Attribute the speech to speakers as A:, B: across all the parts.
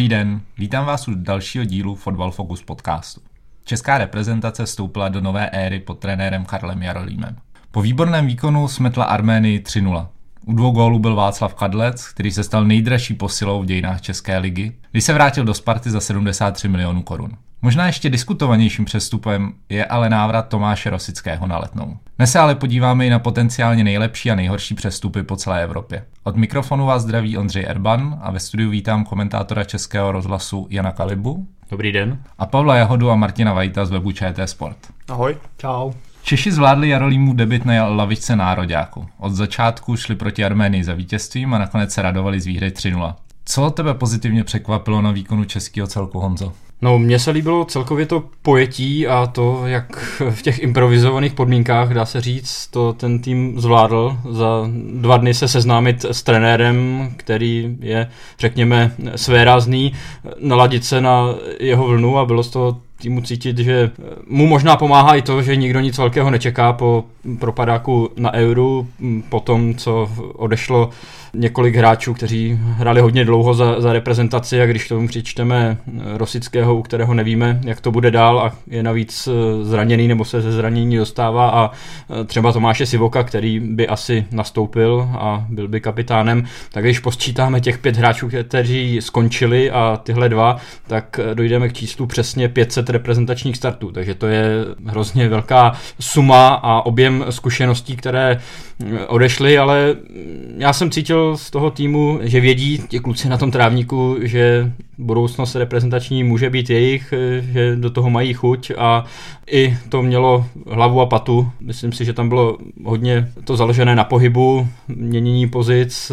A: den, vítám vás u dalšího dílu Fotbal Focus podcastu. Česká reprezentace vstoupila do nové éry pod trenérem Karlem Jarolímem. Po výborném výkonu smetla Arménii 3-0. U 2 gólů byl Václav Kadlec, který se stal nejdražší posilou v dějinách České ligy, když se vrátil do Sparty za 73 milionů korun. Možná ještě diskutovanějším přestupem je ale návrat Tomáše Rosického na Letnou. Dnes se ale podíváme i na potenciálně nejlepší a nejhorší přestupy po celé Evropě. Od mikrofonu vás zdraví Ondřej Erban a ve studiu vítám komentátora Českého rozhlasu Jana Kalibu.
B: Dobrý den.
A: A Pavla Jahodu a Martina Vajta z webu ČT Sport.
C: Ahoj. Čau.
A: Češi zvládli Jarolímův debut na lavičce nároďáku. Od začátku šli proti Arménii za vítězstvím a nakonec se radovali z výhry 3-0. Co tebe pozitivně překvapilo na výkonu českého celku, Honzo?
B: No, mně se líbilo celkově to pojetí a to, jak v těch improvizovaných podmínkách, dá se říct, to ten tým zvládl. Za 2 dny se seznámit s trenérem, který je, řekněme, svérázný, naladit se na jeho vlnu a bylo z toho týmu cítit, že mu možná pomáhá i to, že nikdo nic velkého nečeká po propadáku na Euru, po tom, co odešlo několik hráčů, kteří hráli hodně dlouho za reprezentaci, a když tomu přičteme Rosického, u kterého nevíme, jak to bude dál a je navíc zraněný nebo se ze zranění dostává, a třeba Tomáše Sivoka, který by asi nastoupil a byl by kapitánem, tak když posčítáme těch 5 hráčů, kteří skončili, a tyhle 2, tak dojdeme k číslu přesně 500 reprezentačních startů, takže to je hrozně velká suma a objem zkušeností, které odešly, ale já jsem cítil z toho týmu, že vědí ti kluci na tom trávníku, že budoucnost reprezentační může být jejich, že do toho mají chuť, a i to mělo hlavu a patu. Myslím si, že tam bylo hodně to založené na pohybu, měnění pozic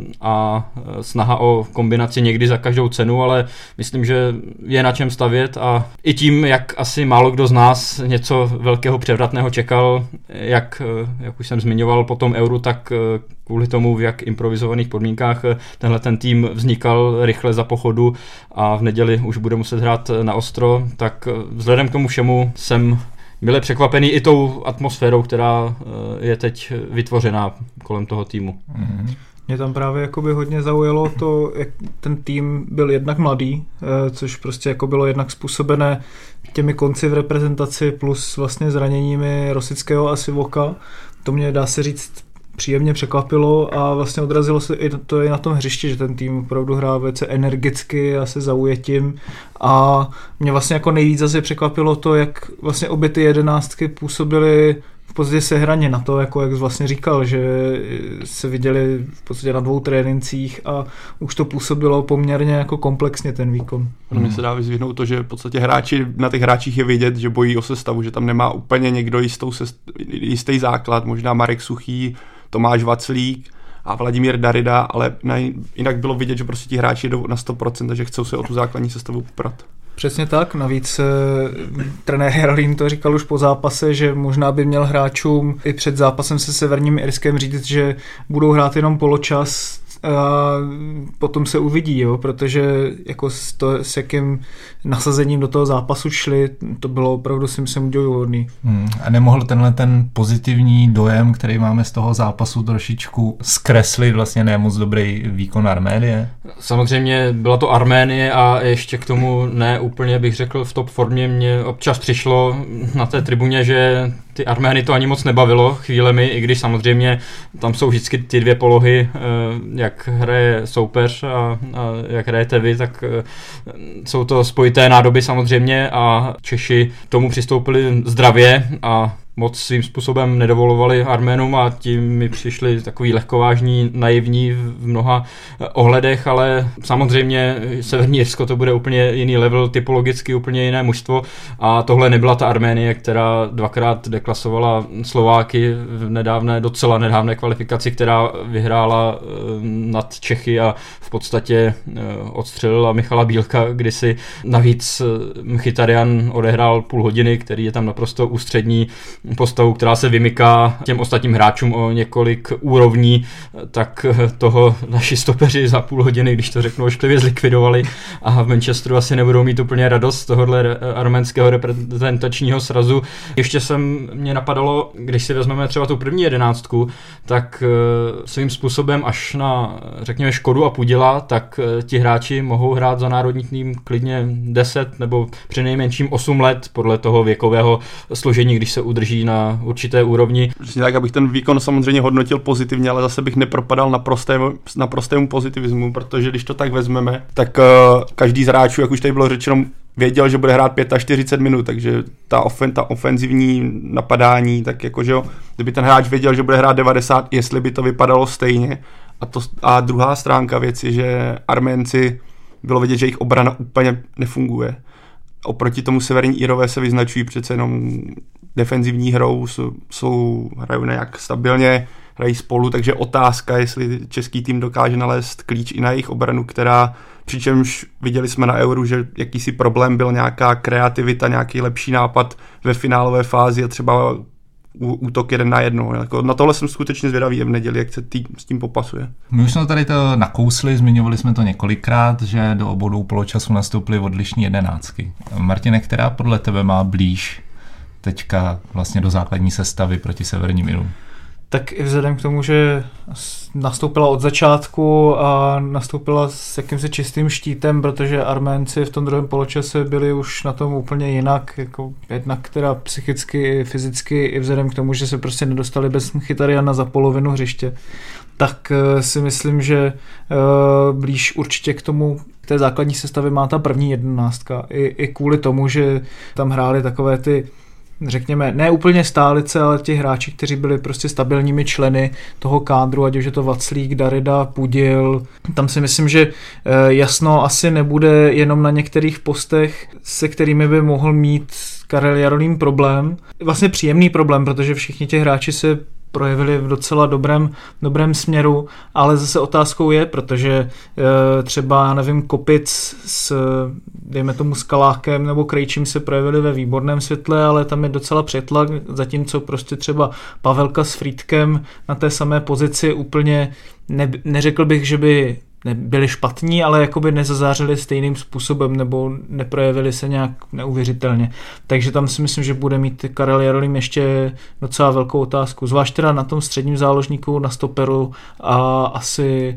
B: a snaha o kombinaci někdy za každou cenu, ale myslím, že je na čem stavět, a i tím, jak asi málo kdo z nás něco velkého převratného čekal, jak už jsem zmiňoval po tom Euru, tak kvůli tomu, v jak improvizovaných podmínkách tenhle ten tým vznikal rychle za pochodu a v neděli už bude muset hrát na ostro, tak vzhledem k tomu všemu jsem mile překvapený i tou atmosférou, která je teď vytvořená kolem toho týmu.
C: Mě tam právě jakoby hodně zaujalo to, jak ten tým byl jednak mladý, což prostě jako bylo jednak způsobené těmi konci v reprezentaci plus vlastně zraněními Rosického a Sivoka. To mě, dá se říct, příjemně překvapilo a vlastně odrazilo se i to i na tom hřišti, že ten tým opravdu hrál velice energicky a se zaujetím, a mě vlastně jako nejvíc zase překvapilo to, jak vlastně obě ty 11 působily v podstatě sehraně na to, jako jak vlastně říkal, že se viděli v podstatě na 2 trénincích a už to působilo poměrně jako komplexně ten výkon.
D: Mně se dá vyzvihnout to, že v podstatě hráči, na těch hráčích je vidět, že bojí o sestavu, že tam nemá úplně někdo jistý základ, možná Marek Suchý, Tomáš Vaclík a Vladimír Darida, ale jinak bylo vidět, že prostě ti hráči jdou na 100% a že chcou se o tu základní sestavu poprat.
C: Přesně tak, navíc trenér Jarolím to říkal už po zápase, že možná by měl hráčům i před zápasem se Severním Irskem říct, že budou hrát jenom poločas a potom se uvidí, jo, protože jako s jakým nasazením do toho zápasu šli, to bylo opravdu, si myslím, udivuhodný.
A: A nemohl tenhle ten pozitivní dojem, který máme z toho zápasu, trošičku zkreslit vlastně nemoc dobrý výkon Arménie?
B: Samozřejmě byla to Arménie a ještě k tomu ne úplně, bych řekl, v top formě. Mně občas přišlo na té tribuně, že ty Armény to ani moc nebavilo chvílemi, i když samozřejmě tam jsou vždycky ty 2 polohy, jak hraje soupeř a jak hrajete vy, tak jsou to spojité nádoby samozřejmě, a Češi tomu přistoupili zdravě a moc svým způsobem nedovolovali Arménům, a tím mi přišli takový lehkovážní, naivní v mnoha ohledech, ale samozřejmě Severní Irsko to bude úplně jiný level, typologicky úplně jiné mužstvo, a tohle nebyla ta Arménie, která 2krát deklasovala Slováky v docela nedávné kvalifikaci, která vyhrála nad Čechy a v podstatě odstřelila Michala Bílka kdysi. Navíc Mkhitaryan odehrál půl hodiny, který je tam naprosto ústřední, postavu, která se vymyká těm ostatním hráčům o několik úrovní, tak toho naši stopeři za půl hodiny, když to řeknu ošklivě, zlikvidovali a v Manchesteru asi nebudou mít úplně radost z tohohle arménského reprezentačního srazu. Ještě mě napadalo, když si vezmeme třeba tu první 11, tak svým způsobem až na, řekněme, Škodu a Pudila, tak ti hráči mohou hrát za národní tým klidně 10 nebo přinejmenším 8 let podle toho věkového složení, když se udrží na určité úrovni.
D: Přesně tak, abych ten výkon samozřejmě hodnotil pozitivně, ale zase bych nepropadal na prostému pozitivismu, protože když to tak vezmeme, tak každý z hráčů, jak už tady bylo řečeno, věděl, že bude hrát 45 minut, takže ta ofenzivní napadání, tak jakože kdyby ten hráč věděl, že bude hrát 90, jestli by to vypadalo stejně. A druhá stránka věci, že Arménci bylo vidět, že jejich obrana úplně nefunguje. Oproti tomu Severní Irové se vyznačují přece jenom defenzivní hrou, hrajou nějak stabilně, hrají spolu, takže otázka, jestli český tým dokáže nalézt klíč i na jejich obranu, přičemž viděli jsme na Euru, že jakýsi problém byl nějaká kreativita, nějaký lepší nápad ve finálové fázi a třeba útok 1-1. Jako na tohle jsem skutečně zvědavý v neděli, jak se tým s tím popasuje.
A: My už jsme tady to nakousli, zmiňovali jsme to několikrát, že do obou poločasu nastoupily odlišní 11. Martine, která podle tebe má blíž teďka vlastně do základní sestavy proti Severním Irům?
C: Tak i vzhledem k tomu, že nastoupila od začátku a nastoupila s jakýmsi čistým štítem, protože Arménci v tom druhém poločase byli už na tom úplně jinak, jako jednak teda psychicky, fyzicky, i vzhledem k tomu, že se prostě nedostali bez Mkhitarjana za polovinu hřiště, tak si myslím, že blíž určitě k té základní sestavy má ta první 11. I kvůli tomu, že tam hráli takové ty, řekněme, ne úplně stálice, ale ti hráči, kteří byli prostě stabilními členy toho kádru, ať už je to Vaclík, Darida, Pudil. Tam si myslím, že jasno asi nebude jenom na některých postech, se kterými by mohl mít Karel Jarolím problém. Vlastně příjemný problém, protože všichni ti hráči se projevili v docela dobrém směru, ale zase otázkou je, protože třeba, nevím, Kopic s, dejme tomu, Skalákem nebo Krejčím se projevili ve výborném světle, ale tam je docela přetlak, zatímco prostě třeba Pavelka s Frýdkem na té samé pozici úplně, neřekl bych, že by byli špatní, ale jakoby nezazářili stejným způsobem nebo neprojevili se nějak neuvěřitelně. Takže tam si myslím, že bude mít Karel Jarolím ještě docela velkou otázku. Zvlášť teda na tom středním záložníku, na stoperu a asi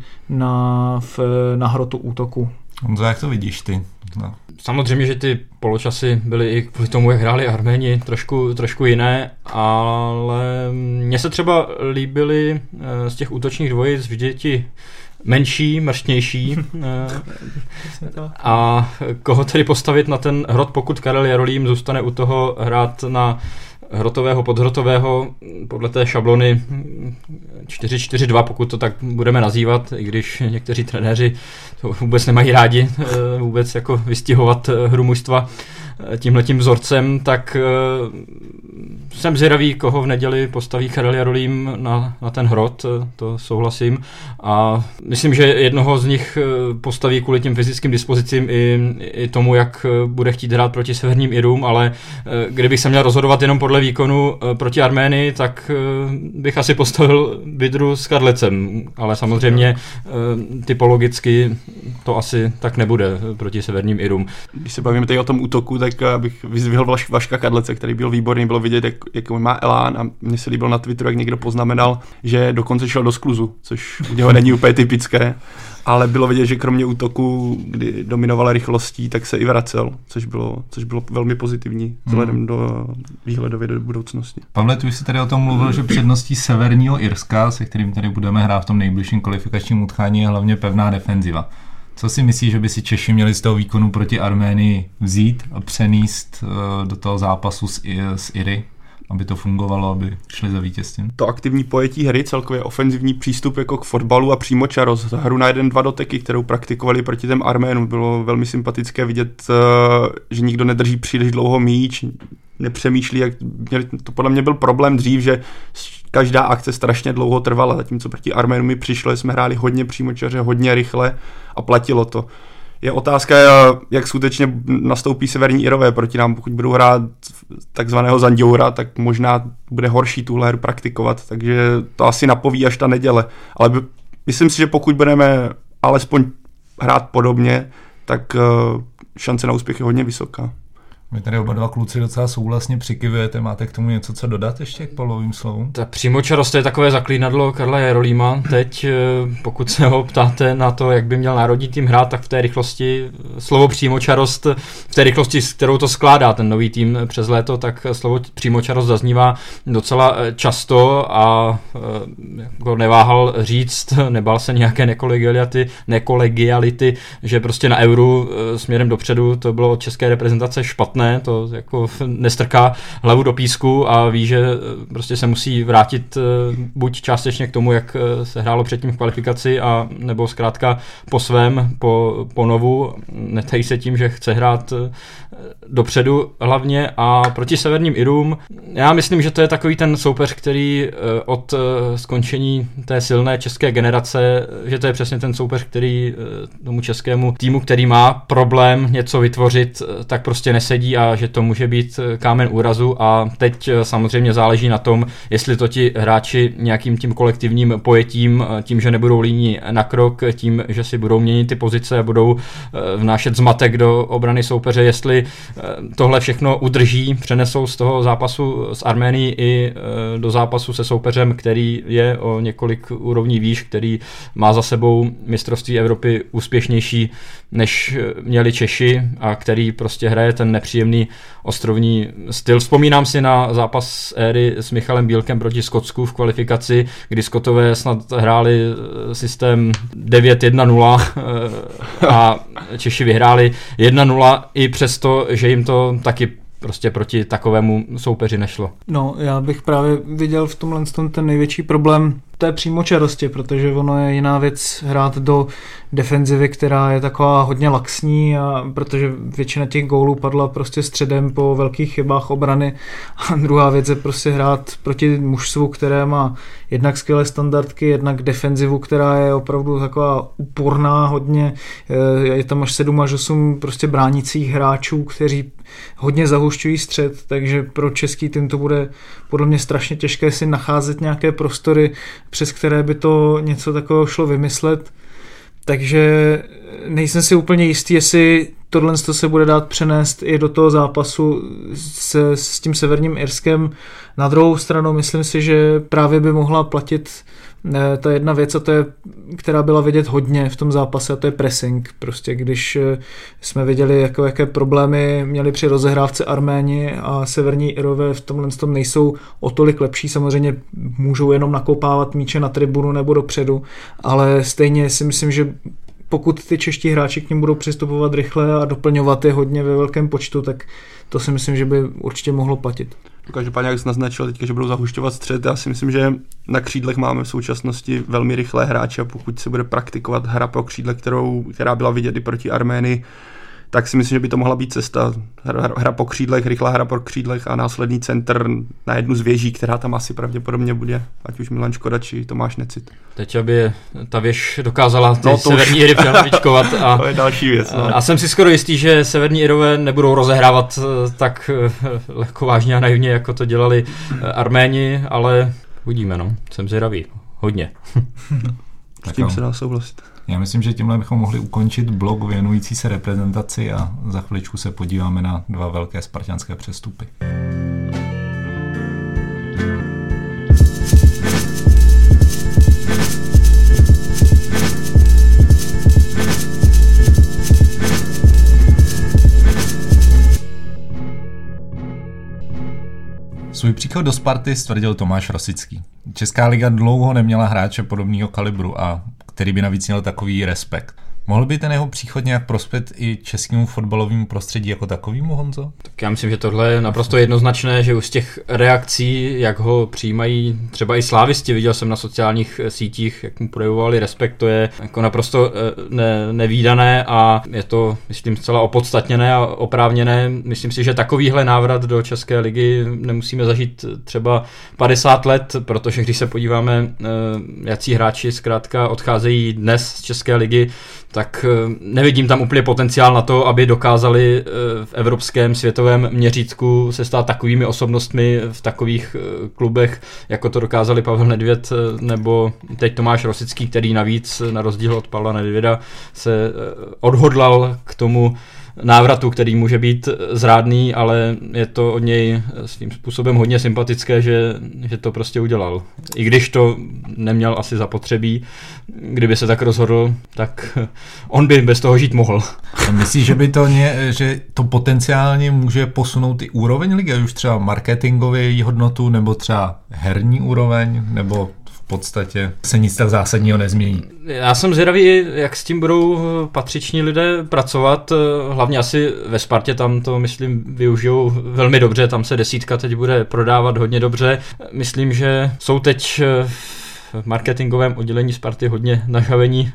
C: na hrotu útoku.
A: Honzo, jak to vidíš ty? No.
B: Samozřejmě, že ty poločasy byly i kvůli tomu, jak hráli Arméni, trošku jiné, ale mně se třeba líbily z těch útočních dvojic vždy ti menší, mrštnější a koho tedy postavit na ten hrot, pokud Karel Jarolím zůstane u toho hrát na hrotového, podhrotového, podle té šablony 4-4-2, pokud to tak budeme nazývat, i když někteří trenéři to vůbec nemají rádi, vůbec jako vystihovat hru mužstva tímhletím vzorcem, tak jsem zvědavý, koho v neděli postaví Karel Jarolím na ten hrot, to souhlasím. A myslím, že jednoho z nich postaví kvůli těm fyzickým dispozicím i tomu, jak bude chtít hrát proti Severním Irům, ale kdybych se měl rozhodovat jenom podle výkonu proti Arménii, tak bych asi postavil Vydru s Karlecem, ale samozřejmě typologicky to asi tak nebude proti Severním Irům.
D: Když se bavíme tady o tom útoku, tak abych vyzvihl Vaška Kadlece, který byl výborný, bylo vidět, jak má elán, a mně se líbilo na Twitteru, jak někdo poznamenal, že dokonce šel do skluzu, což u něho není úplně typické, ale bylo vidět, že kromě útoku, kdy dominovala rychlostí, tak se i vracel, což bylo velmi pozitivní vzhledem do výhledově do budoucnosti.
A: Pavle, ty už jsi tady o tom mluvil, že předností Severního Irska, se kterým tady budeme hrát v tom nejbližším kvalifikačním utkání, je hlavně pevná defenziva. Co si myslíš, že by si Češi měli z toho výkonu proti Arménii vzít a přenést do toho zápasu s Iry, aby to fungovalo, aby šli za vítězstvím?
D: To aktivní pojetí hry, celkově ofenzivní přístup jako k fotbalu a přímočarost, hru na 1-2 doteky, kterou praktikovali proti těm Arménům, bylo velmi sympatické vidět, že nikdo nedrží příliš dlouho míč, nepřemýšlí, to podle mě byl problém dřív, že každá akce strašně dlouho trvala, zatímco proti Arménům mi přišlo, jsme hráli hodně přímočaře, hodně rychle a platilo to. Je otázka, jak skutečně nastoupí Severní Irové proti nám, pokud budou hrát takzvaného Zandjoura, tak možná bude horší tuhle hru praktikovat, takže to asi napoví až ta neděle. Ale myslím si, že pokud budeme alespoň hrát podobně, tak šance na úspěch je hodně vysoká.
A: Vy tady oba dva kluci docela souhlasně přikyvujete. Máte k tomu něco co dodat ještě k Pavlovým slovům?
B: Ta přímočarost je takové zaklínadlo Karla Jarolíma. Teď, pokud se ho ptáte na to, jak by měl národní tým hrát, tak v té rychlosti, slovo přímočarost, v té rychlosti, s kterou to skládá ten nový tým přes léto, tak slovo přímočarost zaznívá docela často a jako neváhal říct, nebál se nějaké nekolegiality, že prostě na Euru směrem dopředu to bylo od české reprezentace špatné, to jako nestrká hlavu do písku a ví, že prostě se musí vrátit buď částečně k tomu, jak se hrálo předtím v kvalifikaci, a nebo zkrátka po svém, po novu, netají se tím, že chce hrát dopředu hlavně. A proti Severním Irům, já myslím, že to je takový ten soupeř, který od skončení té silné české generace, že to je přesně ten soupeř, který tomu českému týmu, který má problém něco vytvořit, tak prostě nesedí a že to může být kámen úrazu. A teď samozřejmě záleží na tom, jestli to ti hráči nějakým tím kolektivním pojetím, tím, že nebudou líní na krok, tím, že si budou měnit ty pozice a budou vnášet zmatek do obrany soupeře, jestli tohle všechno udrží, přenesou z toho zápasu s Arménií i do zápasu se soupeřem, který je o několik úrovní výš, který má za sebou mistrovství Evropy úspěšnější, než měli Češi, a který prostě hraje ten nepříjemný ostrovní styl. Vzpomínám si na zápas éry s Michalem Bílkem proti Skotsku v kvalifikaci, kdy Skotové snad hráli systém 9-1-0 a Češi vyhráli 1-0 i přesto, že jim to taky prostě proti takovému soupeři nešlo.
C: No, já bych právě viděl v tomhle ten největší problém té přímočarosti, protože ono je jiná věc hrát do defenzivy, která je taková hodně laxní, a protože většina těch gólů padla prostě středem po velkých chybách obrany, a druhá věc je prostě hrát proti mužstvu, které má jednak skvělé standardky, jednak defenzivu, která je opravdu taková úporná hodně, je tam až 7 až 8 prostě bránících hráčů, kteří hodně zahušťují střed, takže pro český tým to bude podle mě strašně těžké si nacházet nějaké prostory, přes které by to něco takového šlo vymyslet. Takže nejsem si úplně jistý, jestli tohle se bude dát přenést i do toho zápasu s tím Severním Irskem. Na druhou stranu myslím si, že právě by mohla platit ta jedna věc, a to je, která byla vidět hodně v tom zápase, a to je pressing. Prostě když jsme viděli, jaké problémy měli při rozehrávce Arméni, a Severní Irové v tomhle tom nejsou o tolik lepší, samozřejmě můžou jenom nakopávat míče na tribunu nebo dopředu, ale stejně si myslím, že pokud ty čeští hráči k nim budou přistupovat rychle a doplňovat je hodně ve velkém počtu, tak to si myslím, že by určitě mohlo platit.
D: Každopádně, jak jsi naznačil teďka, že budou zahušťovat střed, já si myslím, že na křídlech máme v současnosti velmi rychlé hráče, a pokud se bude praktikovat hra po křídle, která byla vidět i proti Arménii, tak si myslím, že by to mohla být cesta. Hra po křídlech, rychlá hra po křídlech a následný centr na jednu z věží, která tam asi pravděpodobně bude, ať už Milan Škoda či Tomáš Necit.
B: Teď, aby ta věž dokázala ty Severní Iry přehlavičkovat.
D: To je další věc. No.
B: A jsem si skoro jistý, že Severní Irové nebudou rozehrávat tak lehkovážně a naivně, jako to dělali Arméni, ale uvidíme, no. Jsem zvědavý. Hodně.
D: S tím se dá souhlasit.
A: Já myslím, že tímhle bychom mohli ukončit blok věnující se reprezentaci a za chviličku se podíváme na 2 velké spartanské přestupy. Svůj příchod do Sparty stvrdil Tomáš Rosický. Česká liga dlouho neměla hráče podobného kalibru, a který by navíc měl takový respekt. Mohl by ten jeho příchod nějak prospět i českému fotbalovému prostředí jako takovému, Honzo?
B: Tak já myslím, že tohle je naprosto jednoznačné, že už z těch reakcí, jak ho přijímají třeba i slávisti, viděl jsem na sociálních sítích, jak mu projevovali respekt, to je jako naprosto nevídané a je to, myslím, zcela opodstatněné a oprávněné. Myslím si, že takovýhle návrat do České ligy nemusíme zažít třeba 50 let, protože když se podíváme, jací hráči zkrátka odcházejí dnes z České ligy, tak nevidím tam úplně potenciál na to, aby dokázali v evropském světovém měřítku se stát takovými osobnostmi v takových klubech, jako to dokázali Pavel Nedvěd nebo teď Tomáš Rosický, který navíc na rozdíl od Pavla Nedvěda se odhodlal k tomu návratu, který může být zrádný, ale je to od něj svým způsobem hodně sympatické, že to prostě udělal. I když to neměl asi zapotřebí, kdyby se tak rozhodl, tak on by bez toho žít mohl.
A: Myslíš, že to potenciálně může posunout i úroveň ligy, už třeba marketingově hodnotu, nebo třeba herní úroveň, nebo v podstatě se nic tak zásadního nezmění?
B: Já jsem zvědavý, jak s tím budou patřiční lidé pracovat, hlavně asi ve Spartě, tam to myslím využijou velmi dobře, tam se 10 teď bude prodávat hodně dobře. Myslím, že jsou teď v marketingovém oddělení Sparty hodně nažavení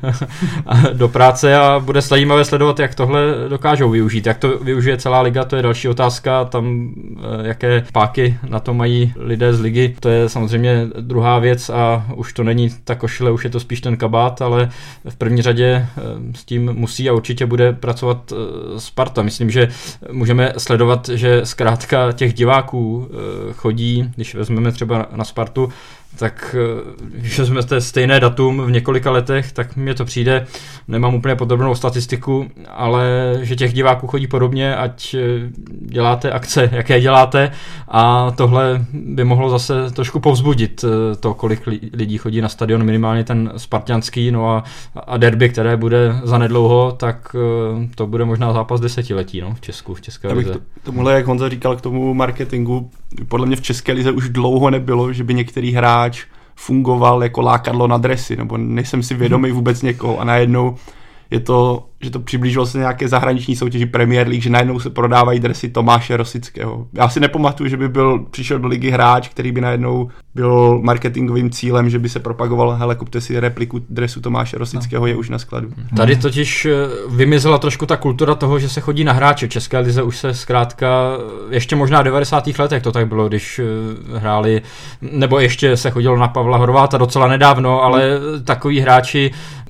B: do práce a bude zajímavé sledovat, jak tohle dokážou využít. Jak to využije celá liga, to je další otázka, tam jaké páky na to mají lidé z ligy, to je samozřejmě druhá věc a už to není ta košile, už je to spíš ten kabát, ale v první řadě s tím musí a určitě bude pracovat Sparta. Myslím, že můžeme sledovat, že zkrátka těch diváků chodí, když vezmeme třeba na Spartu, tak když vezmete stejné datum v několika letech, tak mně to přijde, nemám úplně podrobnou statistiku, ale že těch diváků chodí podobně, ať děláte akce, jaké děláte a tohle by mohlo zase trošku povzbudit to, kolik lidí chodí na stadion, minimálně ten spartanský, no a derby, které bude zanedlouho, tak to bude možná zápas desetiletí, no, v Česku, v České lize.
D: Tomuhle, jak Honza říkal, k tomu marketingu, podle mě v České lize už dlouho nebylo, že by některý hráč fungoval jako lákadlo na dresy, nebo nejsem si vědomý vůbec někoho a najednou je to, že to přiblížilo se nějaké zahraniční soutěži Premier League, že najednou se prodávají dresy Tomáše Rosického. Já si nepamatuju, že by přišel do ligy hráč, který by najednou byl marketingovým cílem, že by se propagoval, hele, kupte si repliku dresu Tomáše Rosického, je už na skladu.
B: Tady totiž vymizela trošku ta kultura toho, že se chodí na hráče. V České lize už se zkrátka, ještě možná v 90. letech to tak bylo, když hráli, nebo ještě se chodilo na Pavla Horváta docela nedávno, ale takoví hráči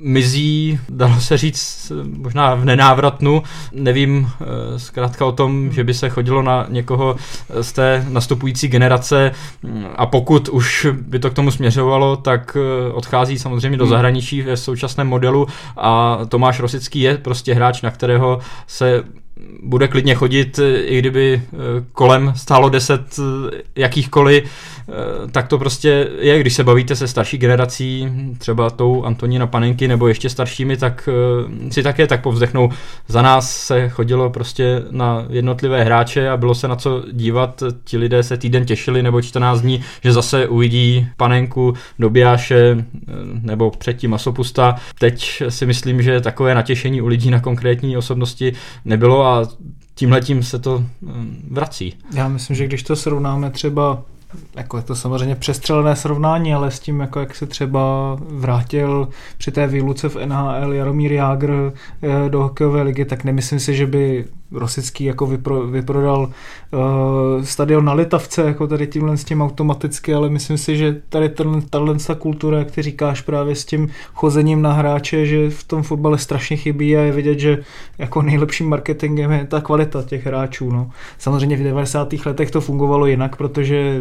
B: mizí, dalo se říct, možná v nenávratnu. Nevím zkrátka o tom, že by se chodilo na někoho z té nastupující generace a pokud už by to k tomu směřovalo, tak odchází samozřejmě do zahraničí ve současném modelu a Tomáš Rosický je prostě hráč, na kterého se bude klidně chodit, i kdyby kolem stálo 10 jakýchkoliv, tak to prostě je, když se bavíte se starší generací, třeba tou Antonína Panenky nebo ještě staršími, tak si také tak povzdechnou. Za nás se chodilo prostě na jednotlivé hráče a bylo se na co dívat, ti lidé se týden těšili nebo 14 dní, že zase uvidí Panenku, Dobijáše nebo předtím Masopusta. Teď si myslím, že takové natěšení u lidí na konkrétní osobnosti nebylo a tímhletím se to vrací.
C: Já myslím, že když to srovnáme třeba, jako je to samozřejmě přestřelené srovnání, ale s tím, jako jak se třeba vrátil při té výluce v NHL Jaromír Jágr do hokejové ligy, tak nemyslím si, že by Rosický jako vyprodal stadion na Litavce, jako tady tímhle s tím automaticky, ale myslím si, že tady ta kultura, jak ty říkáš, právě s tím chozením na hráče, že v tom fotbale strašně chybí a je vidět, že jako nejlepším marketingem je ta kvalita těch hráčů. No. Samozřejmě v 90. letech to fungovalo jinak, protože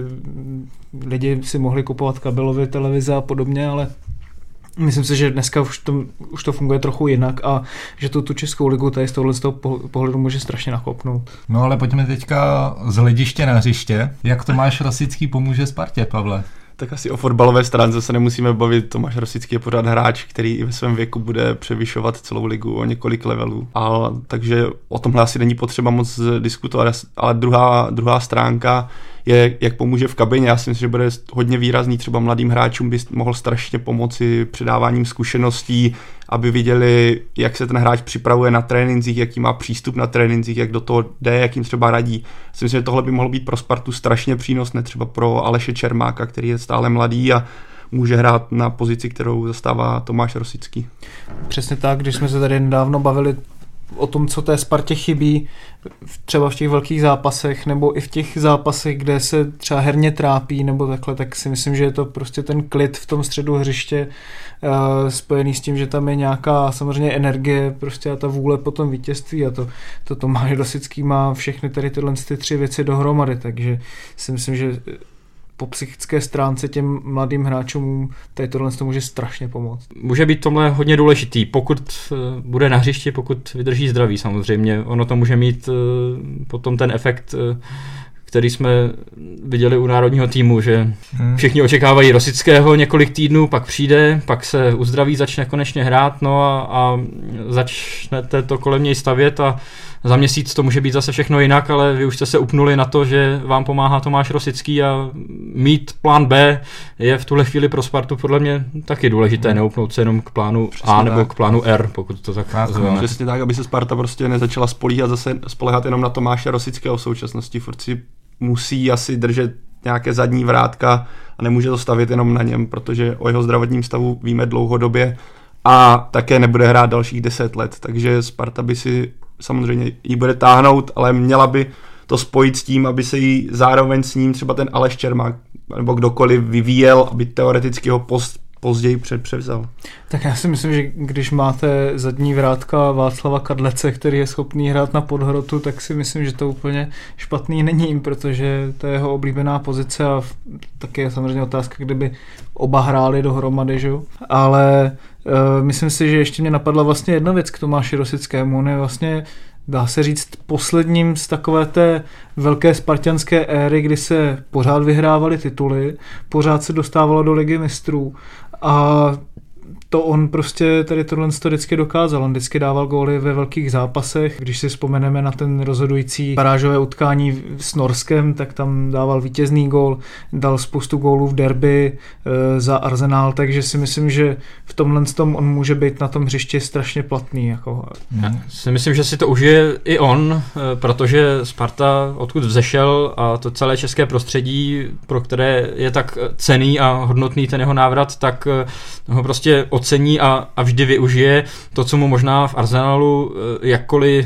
C: lidi si mohli kupovat kabelové televize a podobně, ale myslím si, že dneska už to funguje trochu jinak a že tu Českou ligu tady z toho pohledu může strašně nakopnout.
A: No ale pojďme teďka z hlediště na hřiště. Jak Tomáš Rosický pomůže Spartě, Pavle?
D: Tak asi o fotbalové stránce se nemusíme bavit. Tomáš Rosický je pořád hráč, který i ve svém věku bude převyšovat celou ligu o několik levelů. Takže o tomhle asi není potřeba moc diskutovat, ale druhá stránka je, jak pomůže v kabině. Já si myslím, že bude hodně výrazný, třeba mladým hráčům by mohl strašně pomoci předáváním zkušeností, aby viděli, jak se ten hráč připravuje na trénincích, jaký má přístup na trénincích, jak do toho jde, jak jim třeba radí. Myslím si, že tohle by mohlo být pro Spartu strašně přínosné, třeba pro Aleše Čermáka, který je stále mladý a může hrát na pozici, kterou zastává Tomáš Rosický.
C: Přesně tak, když jsme se tady nedávno bavili o tom, co té Spartě chybí, třeba v těch velkých zápasech, nebo i v těch zápasech, kde se třeba herně trápí, nebo takhle, tak si myslím, že je to prostě ten klid v tom středu hřiště spojený s tím, že tam je nějaká samozřejmě energie prostě a ta vůle po tom vítězství a to Tomáš Rosický má všechny tady tyhle ty 3 věci dohromady, takže si myslím, že po psychické stránce těm mladým hráčům tady tohle to může strašně pomoct.
B: Může být tomhle hodně důležitý, pokud bude na hřišti, pokud vydrží zdraví samozřejmě. Ono to může mít potom ten efekt, který jsme viděli u národního týmu, že všichni očekávají Rosického několik týdnů, pak přijde, pak se uzdraví, začne konečně hrát, no a začnete to kolem něj stavět a za měsíc to může být zase všechno jinak, ale vy už jste se upnuli na to, že vám pomáhá Tomáš Rosický a mít plán B je v tuhle chvíli pro Spartu podle mě taky důležité, neupnout se jenom k plánu
D: Přesně
B: A nebo
D: tak.
B: k plánu R, pokud to tak nazveme.
D: Přesně tak, aby se Sparta prostě nezačala spoléhat jenom na Tomáše Rosického v současnosti. Furt si musí asi držet nějaké zadní vrátka a nemůže to stavět jenom na něm, protože o jeho zdravotním stavu víme dlouhodobě a také nebude hrát dalších 10 let, takže Sparta by si samozřejmě jí bude táhnout, ale měla by to spojit s tím, aby se jí zároveň s ním třeba ten Aleš Čermák nebo kdokoliv vyvíjel, aby teoreticky ho později převzal.
C: Tak já si myslím, že když máte zadní vrátka Václava Kadlece, který je schopný hrát na podhrotu, tak si myslím, že to úplně špatný není, protože to je jeho oblíbená pozice a taky je samozřejmě otázka, kdyby oba hráli dohromady, že? Ale myslím si, že ještě mě napadla vlastně jedna věc k Tomáši Rosickému. On je vlastně, dá se říct, posledním z takové té velké spartanské éry, kdy se pořád vyhrávaly tituly, pořád se dostávalo do Ligy mistrů a to on prostě tady tohle vždycky dokázal. On vždycky dával góly ve velkých zápasech. Když si vzpomeneme na ten rozhodující barážové utkání s Norskem, tak tam dával vítězný gól, dal spoustu gólů v derby za Arsenal, takže si myslím, že v tomhle on může být na tom hřišti strašně platný. Jako.
B: Já si myslím, že si to užije i on, protože Sparta, odkud vzešel a to celé české prostředí, pro které je tak cenný a hodnotný ten jeho návrat, tak ho prostě ocení a vždy využije to, co mu možná v Arsenalu, jakkoliv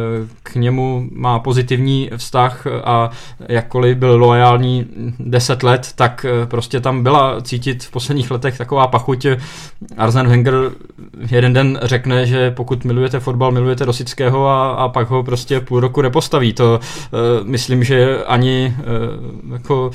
B: k němu má pozitivní vztah a jakkoliv byl loajální 10 let, tak prostě tam byla cítit v posledních letech taková pachuť. Arsene Wenger jeden den řekne, že pokud milujete fotbal, milujete Rosického a pak ho prostě půl roku nepostaví. To myslím, že ani jako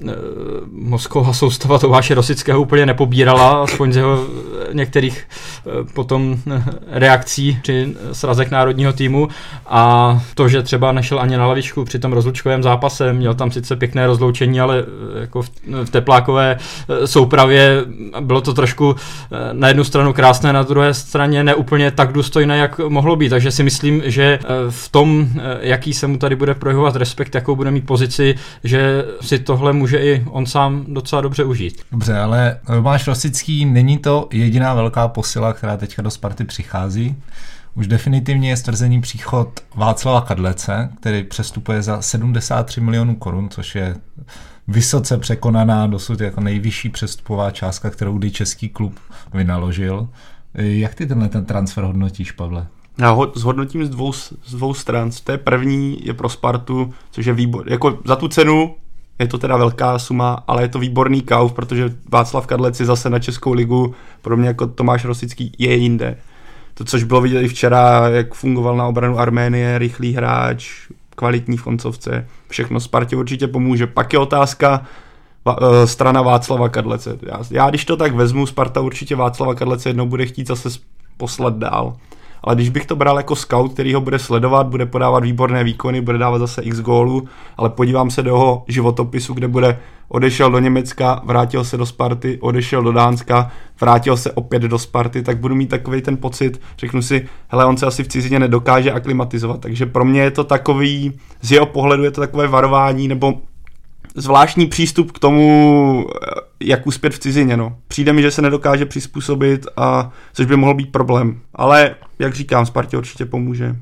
B: mozková soustava Tomáše Rosického úplně nepobírala, aspoň z jeho některých potom reakcí při srazek národního týmu a to, že třeba nešel ani na lavičku při tom rozlučkovém zápase, měl tam sice pěkné rozloučení, ale jako v teplákové soupravě bylo to trošku na jednu stranu krásné, na druhé straně neúplně tak důstojné, jak mohlo být, takže si myslím, že v tom, jaký se mu tady bude projevovat respekt, jakou bude mít pozici, že si tohle může i on sám docela dobře užít.
A: Dobře, ale Tomáš Rosický není to jediná velká posila, která teďka do Sparty přichází. Už definitivně je stvrzený příchod Václava Kadlece, který přestupuje za 73 milionů korun, což je vysoce překonaná dosud jako nejvyšší přestupová částka, kterou kdy český klub vynaložil. Jak ty ten transfer hodnotíš, Pavle?
D: Já ho zhodnotím z dvou stran. Z té první je pro Spartu, což je výbor. Jako za tu cenu je to teda velká suma, ale je to výborný kauf, protože Václav Kadlec je zase na Českou ligu, pro mě jako Tomáš Rosický je jinde. To, což bylo vidět i včera, jak fungoval na obranu Arménie, rychlý hráč, kvalitní v koncovce, všechno Spartě určitě pomůže. Pak je otázka strana Václava Kadlece. Já když to tak vezmu, Sparta určitě Václava Kadlece jednou bude chtít zase poslat dál. Ale když bych to bral jako scout, který ho bude sledovat, bude podávat výborné výkony, bude dávat zase x gólů, ale podívám se do jeho životopisu, kde odešel do Německa, vrátil se do Sparty, odešel do Dánska, vrátil se opět do Sparty, tak budu mít takovej ten pocit, řeknu si, hele, on se asi v cizině nedokáže aklimatizovat, takže pro mě je to takový, z jeho pohledu je to takové varování, nebo zvláštní přístup k tomu, jak uspět v cizině. No. Přijde mi, že se nedokáže přizpůsobit, a což by mohl být problém. Ale jak říkám, Spartě určitě pomůže.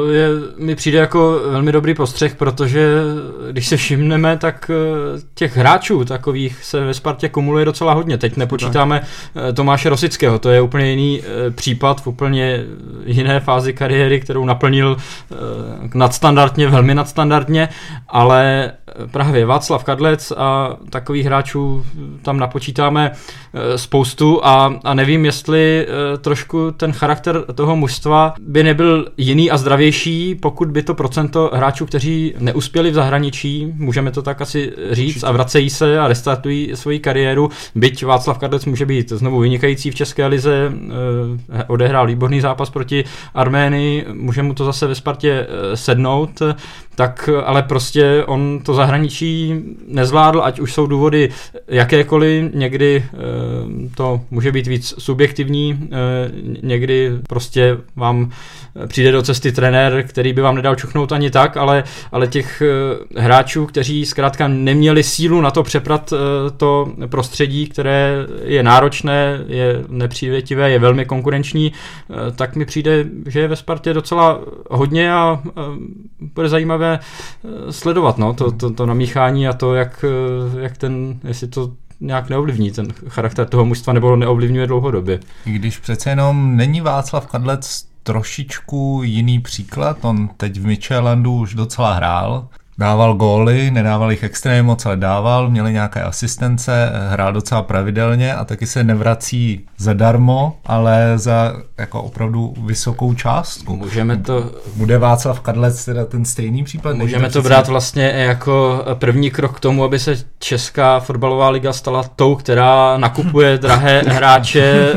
B: Mi přijde jako velmi dobrý postřeh, protože když se všimneme, tak těch hráčů takových se ve Spartě kumuluje docela hodně. Teď nepočítáme Tomáše Rosického, to je úplně jiný případ v úplně jiné fázi kariéry, kterou naplnil nadstandardně, velmi nadstandardně, ale právě Václav Kadlec a takových hráčů tam napočítáme spoustu a nevím, jestli trošku ten charakter toho mužstva by nebyl jiný a zdravější, pokud by to procento hráčů, kteří neuspěli v zahraničí, můžeme to tak asi říct, a vracejí se a restartují svoji kariéru, byť Václav Kadlec může být znovu vynikající v české lize, odehrál výborný zápas proti Arménii, může mu to zase ve Spartě sednout, tak ale prostě on to zahraničí nezvládl, ať už jsou důvody jakékoliv, někdy to může být víc subjektivní, někdy prostě vám přijde do cesty trenér, který by vám nedal čuchnout ani tak, ale těch hráčů, kteří zkrátka neměli sílu na to přeprat to prostředí, které je náročné, je nepřívětivé, je velmi konkurenční, tak mi přijde, že je ve Spartě docela hodně a bude zajímavé sledovat to namíchání a to, jak jestli to nějak neovlivní ten charakter toho mužstva nebo neovlivňuje dlouhodobě.
A: I když přece jenom není Václav Kadlec trošičku jiný příklad, on teď v Midtjyllandu už docela hrál, dával góly, nedával jich extrémně moc, ale dával, měli nějaké asistence, hrál docela pravidelně a taky se nevrací zadarmo, ale za jako opravdu vysokou částku. Bude Václav Kadlec teda ten stejný případ?
B: Můžeme to brát vlastně jako první krok k tomu, aby se česká fotbalová liga stala tou, která nakupuje drahé hráče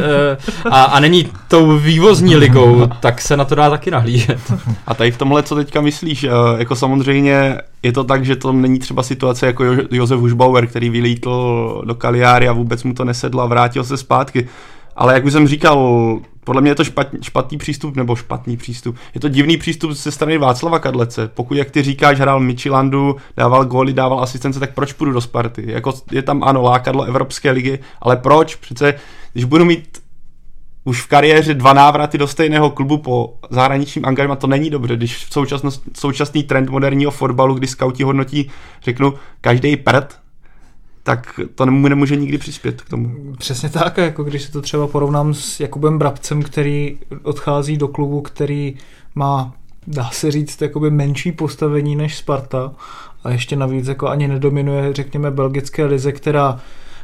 B: a není tou vývozní ligou, tak se na to dá taky nahlížet.
D: A tady v tomhle, co teďka myslíš, jako samozřejmě je to tak, že to není třeba situace jako Josef Hušbauer, který vylítl do Cagliari a vůbec mu to nesedlo a vrátil se zpátky. Ale jak už jsem říkal, podle mě je to špatný přístup. Je to divný přístup ze strany Václava Kadlece. Pokud, jak ty říkáš, hrál v Midtjyllandu, dával góly, dával asistence, tak proč půjdu do Sparty? Jako je tam ano, lákadlo Evropské ligy, ale proč? Přece, když budu mít už v kariéře 2 návraty do stejného klubu po zahraničním angažmá, to není dobře, když současný trend moderního fotbalu, kdy skauti hodnotí, řeknu, každý prd, tak to nemůže nikdy přispět k tomu.
C: Přesně tak, jako když se to třeba porovnám s Jakubem Brabcem, který odchází do klubu, který má, dá se říct, jakoby menší postavení než Sparta a ještě navíc jako ani nedominuje, řekněme, belgické lize, která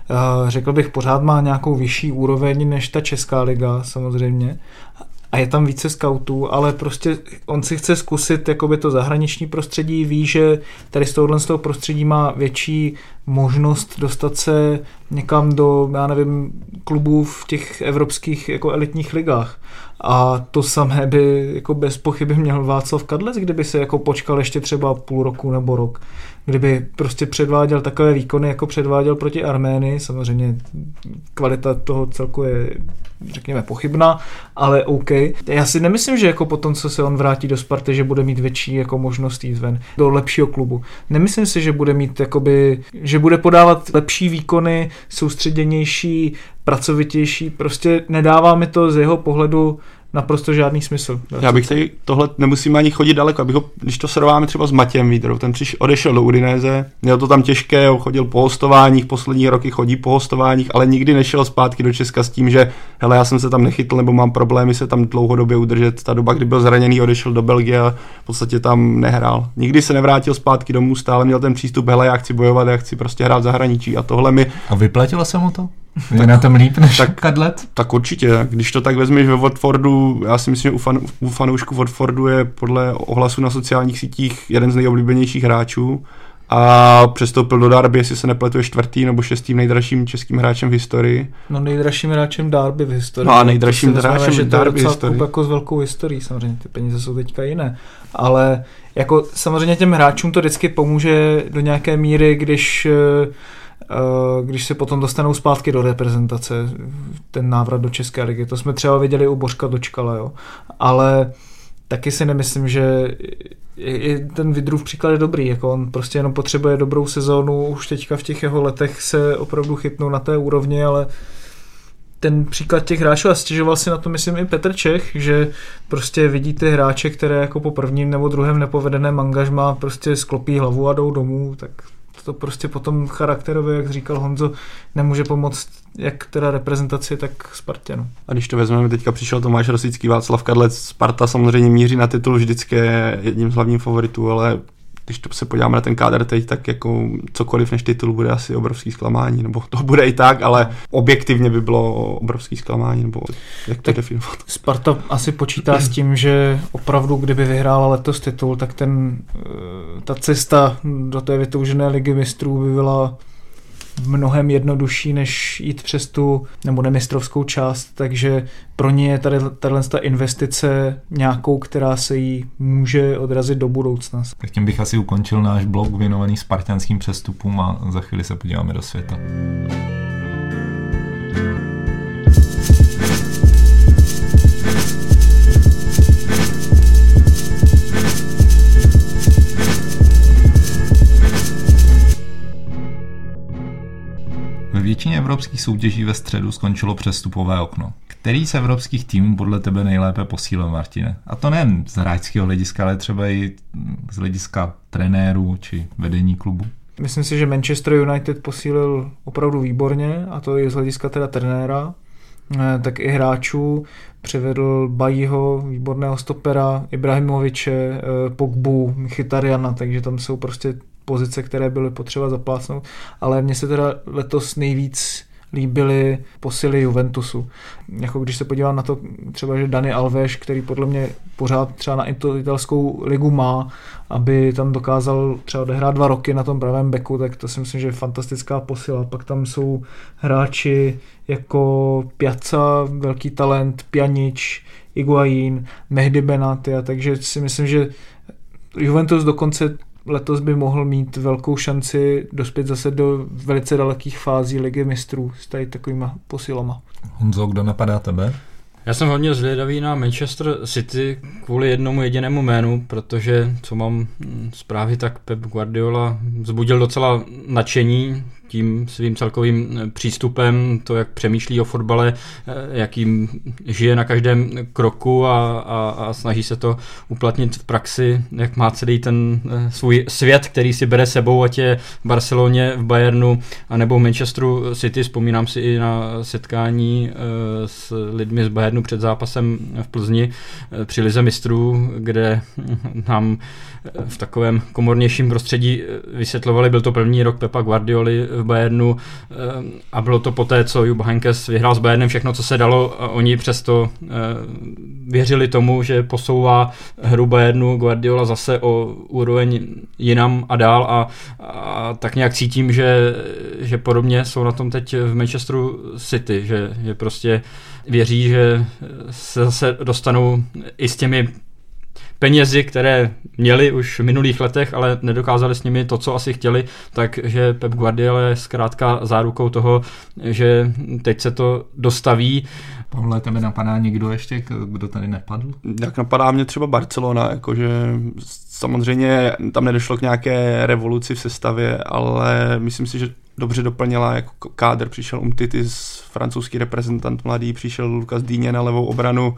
C: řekl bych, pořád má nějakou vyšší úroveň než ta česká liga samozřejmě a je tam více skautů, ale prostě on si chce zkusit jakoby to zahraniční prostředí, ví, že tady z toho prostředí má větší možnost dostat se někam do, já nevím, klubů v těch evropských jako elitních ligách. A to samé by jako bez pochyby měl Václav Kadlec, kdyby se jako počkal ještě třeba půl roku nebo rok. Kdyby prostě předváděl takové výkony, jako předváděl proti Arménii, samozřejmě kvalita toho celku je, řekněme, pochybná, ale OK. Já si nemyslím, že jako potom, co se on vrátí do Sparty, že bude mít větší jako možnost jít ven do lepšího klubu. Nemyslím si, že bude mít jakoby, že bude podávat lepší výkony, soustředěnější, pracovitější, prostě nedává mi to z jeho pohledu naprosto žádný smysl.
D: Já bych tady tohle nemusím ani chodit daleko, když to srovnáme třeba s Matějem Vídrou, ten odešel do Udinéze, měl to tam těžké, chodil po hostováních, poslední roky chodí po hostováních, ale nikdy nešel zpátky do Česka s tím, že hele, já jsem se tam nechytl nebo mám problémy se tam dlouhodobě udržet. Ta doba, kdy byl zraněný, odešel do Belgie a v podstatě tam nehrál. Nikdy se nevrátil zpátky domů, stále měl ten přístup, hele, já chci bojovat, já chci prostě hrát v zahraničí a tohle mi...
A: A vyplatilo se mu to? Je na tom líp než Kadlec?
D: Tak určitě, když to tak vezmeš ve Watfordu, já si myslím, že u fanoušků Watfordu je podle ohlasu na sociálních sítích jeden z nejoblíbenějších hráčů a přestoupil do Derby, jestli se nepletu, je 4. nebo 6. nejdražším českým hráčem v historii.
C: No nejdražším hráčem Derby v historii.
D: No a nejdražším hráčem Derby v historii.
C: Jako s velkou historií, samozřejmě ty peníze jsou teďka jiné, ale jako samozřejmě těm hráčům to vždycky pomůže do nějaké míry, když se potom dostanou zpátky do reprezentace, ten návrat do České ligy. To jsme třeba viděli u Bořka Dočkala, jo. Ale taky si nemyslím, že ten Vydrův příklad je dobrý, jako on prostě jenom potřebuje dobrou sezónu, už teďka v těch jeho letech se opravdu chytnou na té úrovni, ale ten příklad těch hráčů, a stěžoval si na to, myslím, i Petr Čech, že prostě vidíte hráče, které jako po prvním nebo druhém nepovedeném angažmá prostě sklopí hlavu a jdou domů, tak to prostě potom charakterově, jak říkal Honzo, nemůže pomoct jak teda reprezentaci, tak Spartě. No.
D: A když to vezmeme, teďka přišel Tomáš Rosický, Václav Kadlec, Sparta samozřejmě míří na titul, vždycky je jedním z hlavních favoritů, ale když to se podíváme na ten kádr teď, tak jako cokoliv než titul bude asi obrovský zklamání, nebo to bude i tak, ale objektivně by bylo obrovský zklamání, nebo jak to definovat.
C: Sparta asi počítá s tím, že opravdu, kdyby vyhrála letos titul, tak ta cesta do té vytoužené ligy mistrů by byla mnohem jednodušší, než jít přes tu nebo nemistrovskou část, takže pro ně je tady ta investice nějakou, která se jí může odrazit do budoucna.
A: Tak tím bych asi ukončil náš blog věnovaný spartanským přestupům a za chvíli se podíváme do světa. Ve většině evropských soutěží ve středu skončilo přestupové okno. Který z evropských týmů podle tebe nejlépe posílil, Martine? A to nejen z hráčského hlediska, ale třeba i z hlediska trenérů či vedení klubu.
C: Myslím si, že Manchester United posílil opravdu výborně, a to i z hlediska teda trenéra, tak i hráčů. Přivedl Bajího, výborného stopera, Ibrahimoviče, Pogbu, Mkhitarjana, takže tam jsou prostě pozice, které byly potřeba zaplácnout, ale mně se teda letos nejvíc líbily posily Juventusu. Jako když se podívám na to třeba, že Dani Alves, který podle mě pořád třeba na italskou ligu má, aby tam dokázal třeba odehrát 2 roky na tom pravém beku, tak to si myslím, že je fantastická posila. Pak tam jsou hráči jako Piazza, velký talent, Pjanic, Higuaín, Mehdi Benatia, takže si myslím, že Juventus dokonce letos by mohl mít velkou šanci dospět zase do velice dalekých fází ligy mistrů s tady takovýma posilama.
A: Honzo, kdo napadá tebe?
B: Já jsem hodně zvědavý na Manchester City kvůli jednomu jedinému jménu, protože co mám zprávy, tak Pep Guardiola vzbudil docela nadšení tím svým celkovým přístupem, to, jak přemýšlí o fotbale, jakým žije na každém kroku a snaží se to uplatnit v praxi, jak má celý ten svůj svět, který si bere sebou, ať je v Barceloně, v Bayernu, anebo v Manchesteru City. Vzpomínám si i na setkání s lidmi z Bayernu před zápasem v Plzni při lize mistrů, kde nám v takovém komornějším prostředí vysvětlovali, byl to první rok Pepa Guardioli v Bayernu a bylo to poté, co Jupp Heynckes vyhrál s Bayernem všechno, co se dalo, a oni přesto věřili tomu, že posouvá hru Bayernu Guardiola zase o úroveň jinam a dál a tak nějak cítím, že podobně jsou na tom teď v Manchesteru City, že prostě věří, že se zase dostanou i s těmi penězi, které měli už v minulých letech, ale nedokázali s nimi to, co asi chtěli, takže Pep Guardiola je zkrátka zárukou toho, že teď se to dostaví.
A: Pavle, tebe napadá někdo ještě, kdo tady nepadl?
D: Jak napadá mě třeba Barcelona, jakože samozřejmě tam nedošlo k nějaké revoluci v sestavě, ale myslím si, že dobře doplnila jako kádr. Přišel Umtiti, francouzský reprezentant mladý, přišel Lucas Digne na levou obranu,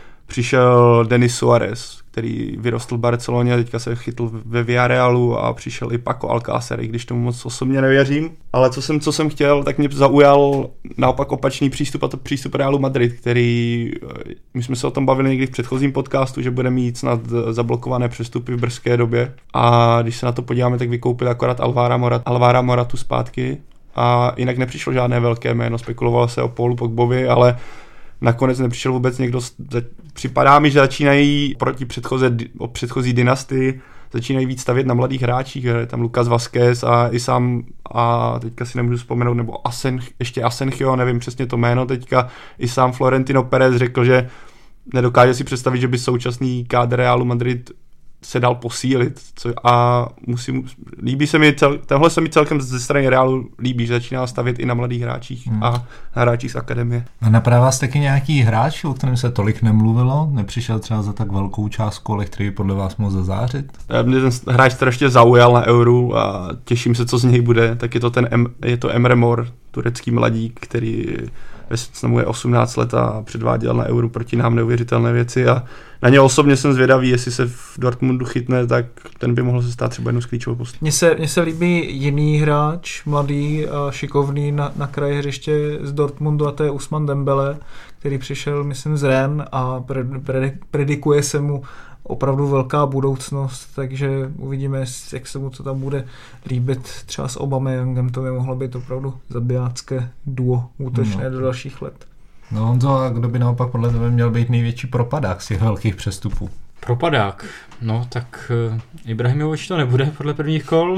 D: přišel Denis Suárez, který vyrostl v Barceloně, teďka se chytl ve Villarealu a přišel i Paco Alcácer, i když tomu moc osobně nevěřím. Ale co jsem chtěl, tak mě zaujal naopak opačný přístup, a to přístup Realu Madrid, který, my jsme se o tom bavili někdy v předchozím podcastu, že bude mít snad zablokované přestupy v brzké době. A když se na to podíváme, tak vykoupil akorát Alvara Moratu zpátky a jinak nepřišlo žádné velké jméno, spekulovalo se o Paulu Pogbovi, nakonec nepřišel vůbec někdo. Připadá mi, že začínají proti předchozí dynastii, začínají víc stavět na mladých hráčích. Je tam Lucas Vázquez a i sám, a teďka si nemůžu vzpomenout, nebo ještě Asenjo, nevím přesně to jméno teďka, i sám Florentino Pérez řekl, že nedokáže si představit, že by současný kádr Realu Madrid se dal posílit. A tohle se mi celkem ze strany Realu líbí, že začíná stavět i na mladých hráčích a na hráčích z akademie.
A: A napadá vás taky nějaký hráč, o kterém se tolik nemluvilo? Nepřišel třeba za tak velkou částku, ale který podle vás mohl zazářit?
D: Mě ten hráč strašně zaujal na Euru a těším se, co z něj bude. Tak je to Emre Mor, turecký mladík, který mu je 18 let a předváděl na Euru proti nám neuvěřitelné věci a na ně osobně jsem zvědavý, jestli se v Dortmundu chytne, tak ten by mohl se stát třeba jednou z klíčovou postav.
C: Mně se líbí jiný hráč, mladý a šikovný na kraji hřiště z Dortmundu a to je Ousmane Dembele, který přišel, myslím, z Rennes a predikuje se mu opravdu velká budoucnost, takže uvidíme, jak se mu to tam bude líbit. Třeba s Aubameyangem to by mohlo být opravdu zabijácké duo útočné do dalších let.
A: No Honzo, a kdo by naopak podle tebe měl být největší propadák z těch velkých přestupů?
B: Propadák? No tak Ibrahimovič to nebude podle prvních kol.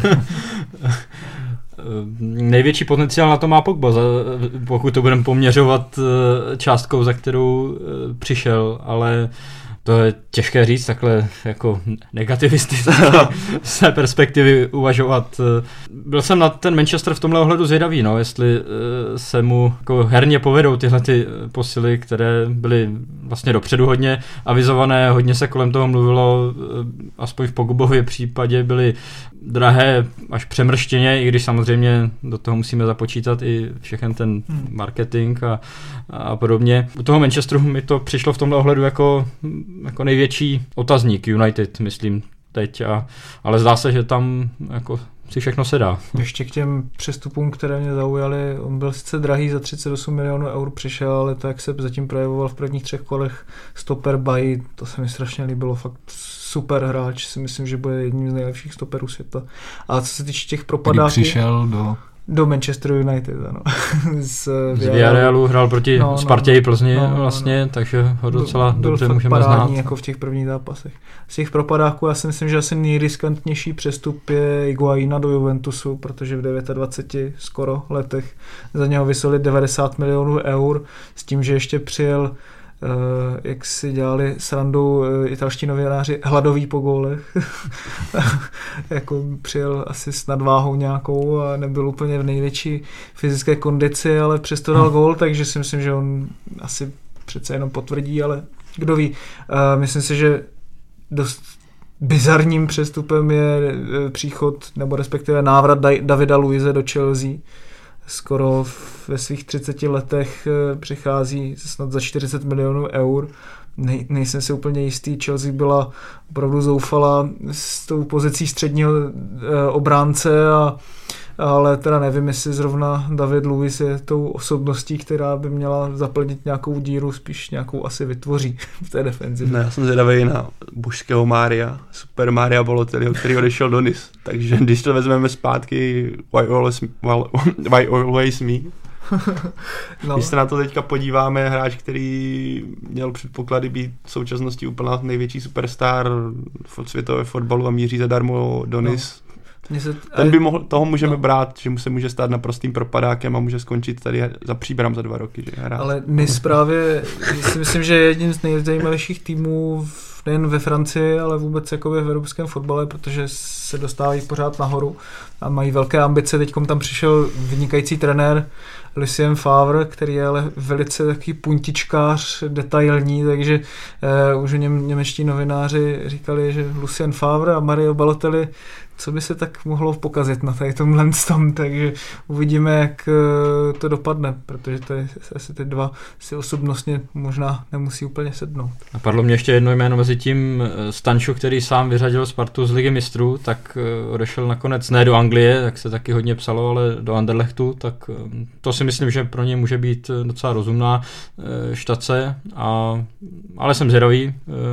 B: Největší potenciál na to má Pogba, pokud to budeme poměřovat částkou, za kterou přišel, ale to je těžké říct takhle jako negativisticky z té perspektivy uvažovat. Byl jsem na ten Manchester v tomhle ohledu zvědavý, no, jestli se mu jako herně povedou tyhle ty posily, které byly vlastně dopředu hodně avizované, hodně se kolem toho mluvilo, aspoň v Pogbově případě byly drahé až přemrštěně, i když samozřejmě do toho musíme započítat i všechen ten marketing a podobně. U toho Manchesteru mi to přišlo v tomhle ohledu jako největší otazník United, myslím teď, ale zdá se, že tam jako si všechno se dá.
C: Ještě k těm přestupům, které mě zaujaly, on byl sice drahý, za 38 milionů eur přišel, ale to, jak se zatím projevoval v prvních 3 kolech stoper Bailly, to se mi strašně líbilo, fakt super hráč, si myslím, že bude jedním z nejlepších stoperů světa. A co se týče těch propadáků...
A: Kdy přišel
C: do Manchester United, ano.
B: Z Villarealu hrál proti Spartě i Plzni vlastně, takže ho docela dobře můžeme znát.
C: Jako v těch prvních zápasech. Z těch propadáků já si myslím, že asi nejriskantnější přestup je Higuaína do Juventusu, protože v 29 skoro letech za něho vyseli 90 milionů eur s tím, že ještě přijel jak si dělali srandu italští novináři, hladový po gólech. Jako přijel asi s nadváhou nějakou a nebyl úplně v největší fyzické kondici, ale přesto dal gól, takže si myslím, že on asi přece jenom potvrdí, ale kdo ví. Myslím si, že dost bizarním přestupem je příchod, nebo respektive návrat Davida Luize do Chelsea. Skoro ve svých 30 letech přichází snad za 40 milionů eur. Nejsem si úplně jistý, Chelsea byla opravdu zoufala s tou pozicí středního obránce, ale teda nevím, jestli zrovna David Luiz je tou osobností, která by měla zaplnit nějakou díru, spíš nějakou asi vytvoří v té defenzi.
D: Ne, já jsem zvědavý na božského Mária, super Mária Balotelliho, který odešel do Nice. Takže když to vezmeme zpátky, why always me? No. Když se na to teďka podíváme, hráč, který měl předpoklady být v současnosti úplná největší superstar v světové fotbalu a míří zadarmo do Nice. No. Toho můžeme brát, že se může stát naprostým propadákem a může skončit tady za Příbram za 2 roky. Že
C: ale Nice právě si myslím, že je jedním z nejzajímavějších týmů nejen ve Francii, ale vůbec jako v evropském fotbale, protože se dostávají pořád nahoru a mají velké ambice. Teďkom tam přišel vynikající trenér Lucien Favre, který je ale velice takový puntičkář, detailní, takže už o něm němečtí novináři říkali, že Lucien Favre a Mario Balotelli, co by se tak mohlo pokazit na tady tomhle tom, takže uvidíme, jak to dopadne, protože to je asi ty dva si osobnostně možná nemusí úplně sednout.
B: A padlo mě ještě jedno jméno mezi tím Stanču, který sám vyřadil Spartu z Ligy mistrů, tak odešel nakonec ne do Anglie, tak se taky hodně psalo, ale do Anderlechtu, tak to si myslím, že pro ně může být docela rozumná štace, ale jsem zvědavý,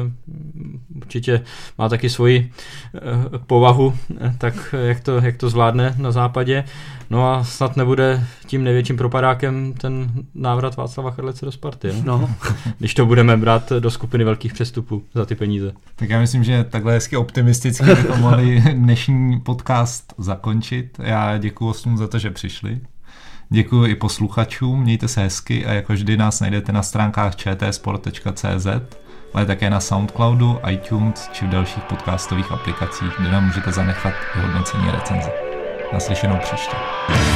B: určitě má taky svoji povahu, tak jak to zvládne na západě. No a snad nebude tím největším propadákem ten návrat Václava Chrlece do Sparty. No. Když to budeme brát do skupiny velkých přestupů za ty peníze.
A: Tak já myslím, že takhle hezky optimisticky bychom mohli dnešní podcast zakončit. Já děkuji hostům za to, že přišli. Děkuji i posluchačům, mějte se hezky a jako vždy nás najdete na stránkách čtsport.cz. ale také na Soundcloudu, iTunes či v dalších podcastových aplikacích, kde nám můžete zanechat i hodnocení recenze. Naslyšenou příště.